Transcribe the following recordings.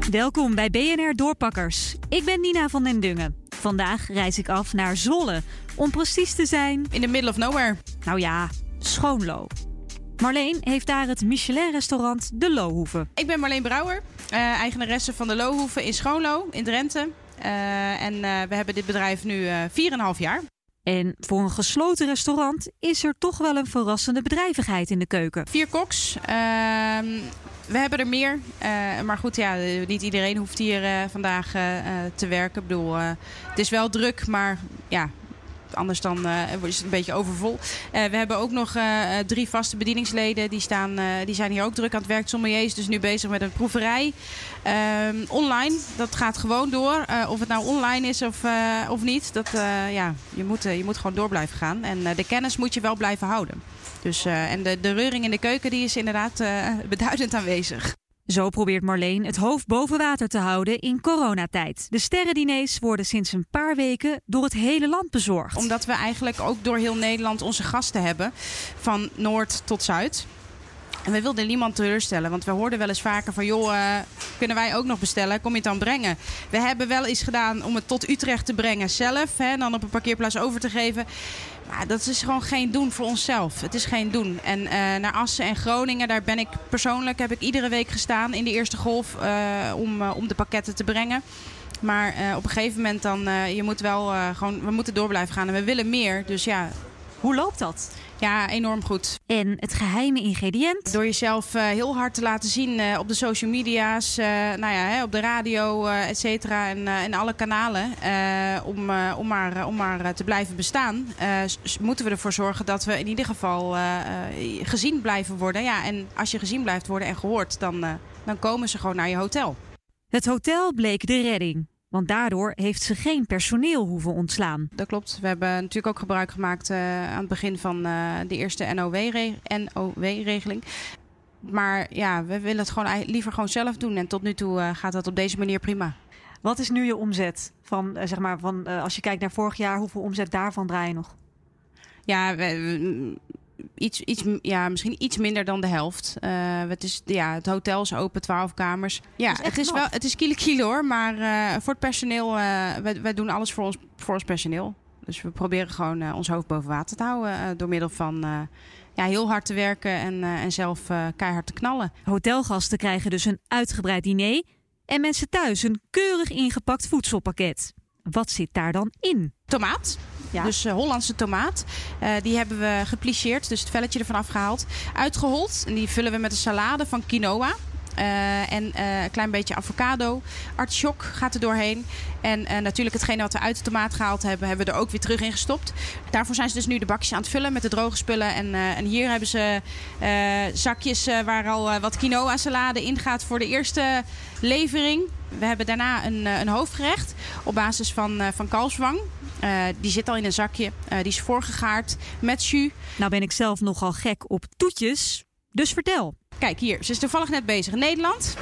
Welkom bij BNR Doorpakkers. Ik ben Nina van den Dungen. Vandaag reis ik af naar Zwolle. Om precies te zijn... In the middle of nowhere. Nou ja, Schoonlo. Marleen heeft daar het Michelin-restaurant De Lohoeve. Ik ben Marleen Brouwer, eigenaresse van De Lohoeve in Schoonlo, in Drenthe. We hebben dit bedrijf nu 4,5 jaar. En voor een gesloten restaurant is er toch wel een verrassende bedrijvigheid in de keuken. 4 koks. We hebben er meer. Maar goed, ja, niet iedereen hoeft hier vandaag te werken. Ik bedoel, het is wel druk, maar ja... Anders dan is het een beetje overvol. We hebben ook nog 3 vaste bedieningsleden. Die zijn hier ook druk aan het werk. Sommelier is dus nu bezig met een proeverij. Online, dat gaat gewoon door. Of het nou online is of niet. Je moet gewoon door blijven gaan. En de kennis moet je wel blijven houden. Dus, en de reuring in de keuken die is inderdaad beduidend aanwezig. Zo probeert Marleen het hoofd boven water te houden in coronatijd. De sterrendiners worden sinds een paar weken door het hele land bezorgd. Omdat we eigenlijk ook door heel Nederland onze gasten hebben. Van Noord tot Zuid. En we wilden niemand teleurstellen. Want we hoorden wel eens vaker van... joh, kunnen wij ook nog bestellen? Kom je het dan brengen? We hebben wel eens gedaan om het tot Utrecht te brengen zelf. En dan op een parkeerplaats over te geven. Maar dat is gewoon geen doen voor onszelf. Het is geen doen. En naar Assen en Groningen, daar heb ik iedere week gestaan in de eerste golf om de pakketten te brengen. Maar op een gegeven moment dan, we moeten door blijven gaan. En we willen meer, dus ja. Hoe loopt dat? Ja, enorm goed. En het geheime ingrediënt? Door jezelf heel hard te laten zien op de social media's, op de radio, et cetera. En alle kanalen. Om maar te blijven bestaan. Moeten we ervoor zorgen dat we in ieder geval gezien blijven worden. Ja, en als je gezien blijft worden en gehoord, dan komen ze gewoon naar je hotel. Het hotel bleek de redding. Want daardoor heeft ze geen personeel hoeven ontslaan. Dat klopt. We hebben natuurlijk ook gebruik gemaakt aan het begin van de eerste NOW-regeling. Maar ja, we willen het gewoon liever gewoon zelf doen. En tot nu toe gaat dat op deze manier prima. Wat is nu je omzet? Als je kijkt naar vorig jaar, hoeveel omzet daarvan draai je nog? Ja, misschien iets minder dan de helft. Het hotel is open, 12 kamers. Ja, het is kilo hoor. Maar voor het personeel, wij doen alles voor ons personeel. Dus we proberen gewoon ons hoofd boven water te houden. Door middel van heel hard te werken en zelf keihard te knallen. Hotelgasten krijgen dus een uitgebreid diner. En mensen thuis een keurig ingepakt voedselpakket. Wat zit daar dan in? Tomaat. Ja. Dus Hollandse tomaat. Die hebben we geplicheerd, dus het velletje ervan afgehaald. Uitgehold. En die vullen we met een salade van quinoa. En een klein beetje avocado. Artichok gaat er doorheen. En natuurlijk hetgene wat we uit de tomaat gehaald hebben we er ook weer terug in gestopt. Daarvoor zijn ze dus nu de bakjes aan het vullen met de droge spullen. En hier hebben ze zakjes waar al wat quinoa salade in gaat voor de eerste levering. We hebben daarna een hoofdgerecht op basis van kalfswang. Die zit al in een zakje. Die is voorgegaard met jus. Nou ben ik zelf nogal gek op toetjes. Dus vertel. Kijk hier, ze is toevallig net bezig. Nederland.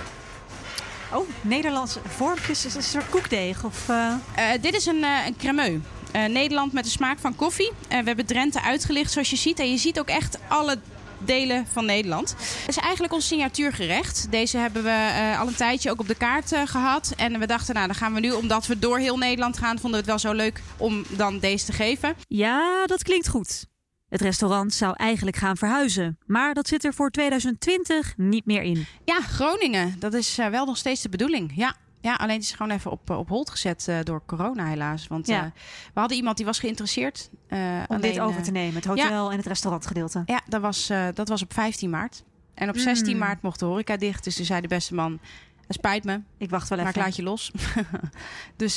Oh, Nederlandse vormpjes. Is het een soort koekdeeg? Dit is een cremeux. Nederland met de smaak van koffie. We hebben Drenthe uitgelicht zoals je ziet. En je ziet ook echt alle delen van Nederland. Het is eigenlijk ons signatuurgerecht. Deze hebben we al een tijdje ook op de kaart gehad. En we dachten, dan gaan we nu, omdat we door heel Nederland gaan, vonden we het wel zo leuk om dan deze te geven. Ja, dat klinkt goed. Het restaurant zou eigenlijk gaan verhuizen. Maar dat zit er voor 2020 niet meer in. Ja, Groningen. Dat is wel nog steeds de bedoeling. Ja, alleen het is gewoon even op hold gezet door corona helaas. Want we hadden iemand die was geïnteresseerd. Om dit over te nemen, het hotel en het restaurantgedeelte. Ja, dat was op 15 maart. En op 16 maart mocht de horeca dicht. Dus toen zei de beste man, het spijt me. Ik wacht wel even. Maar ik laat je los. Dus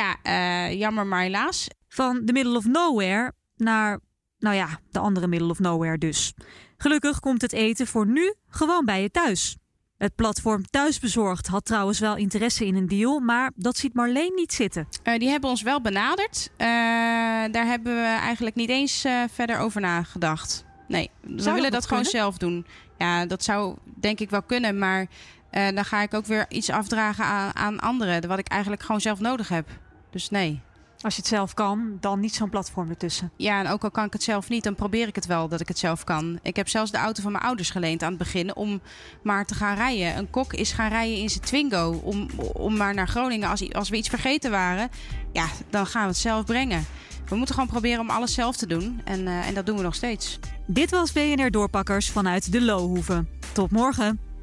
jammer maar helaas. Van the middle of nowhere naar, de andere middle of nowhere dus. Gelukkig komt het eten voor nu gewoon bij je thuis. Het platform Thuisbezorgd had trouwens wel interesse in een deal, maar dat ziet Marleen niet zitten. Die hebben ons wel benaderd. Daar hebben we eigenlijk niet eens verder over nagedacht. Nee, we willen dat gewoon zelf doen. Ja, dat zou denk ik wel kunnen, maar dan ga ik ook weer iets afdragen aan anderen, wat ik eigenlijk gewoon zelf nodig heb. Dus nee. Als je het zelf kan, dan niet zo'n platform ertussen. Ja, en ook al kan ik het zelf niet, dan probeer ik het wel dat ik het zelf kan. Ik heb zelfs de auto van mijn ouders geleend aan het begin om maar te gaan rijden. Een kok is gaan rijden in zijn Twingo om maar naar Groningen. Als we iets vergeten waren, ja, dan gaan we het zelf brengen. We moeten gewoon proberen om alles zelf te doen. En dat doen we nog steeds. Dit was BNR Doorpakkers vanuit de Lohoeve. Tot morgen.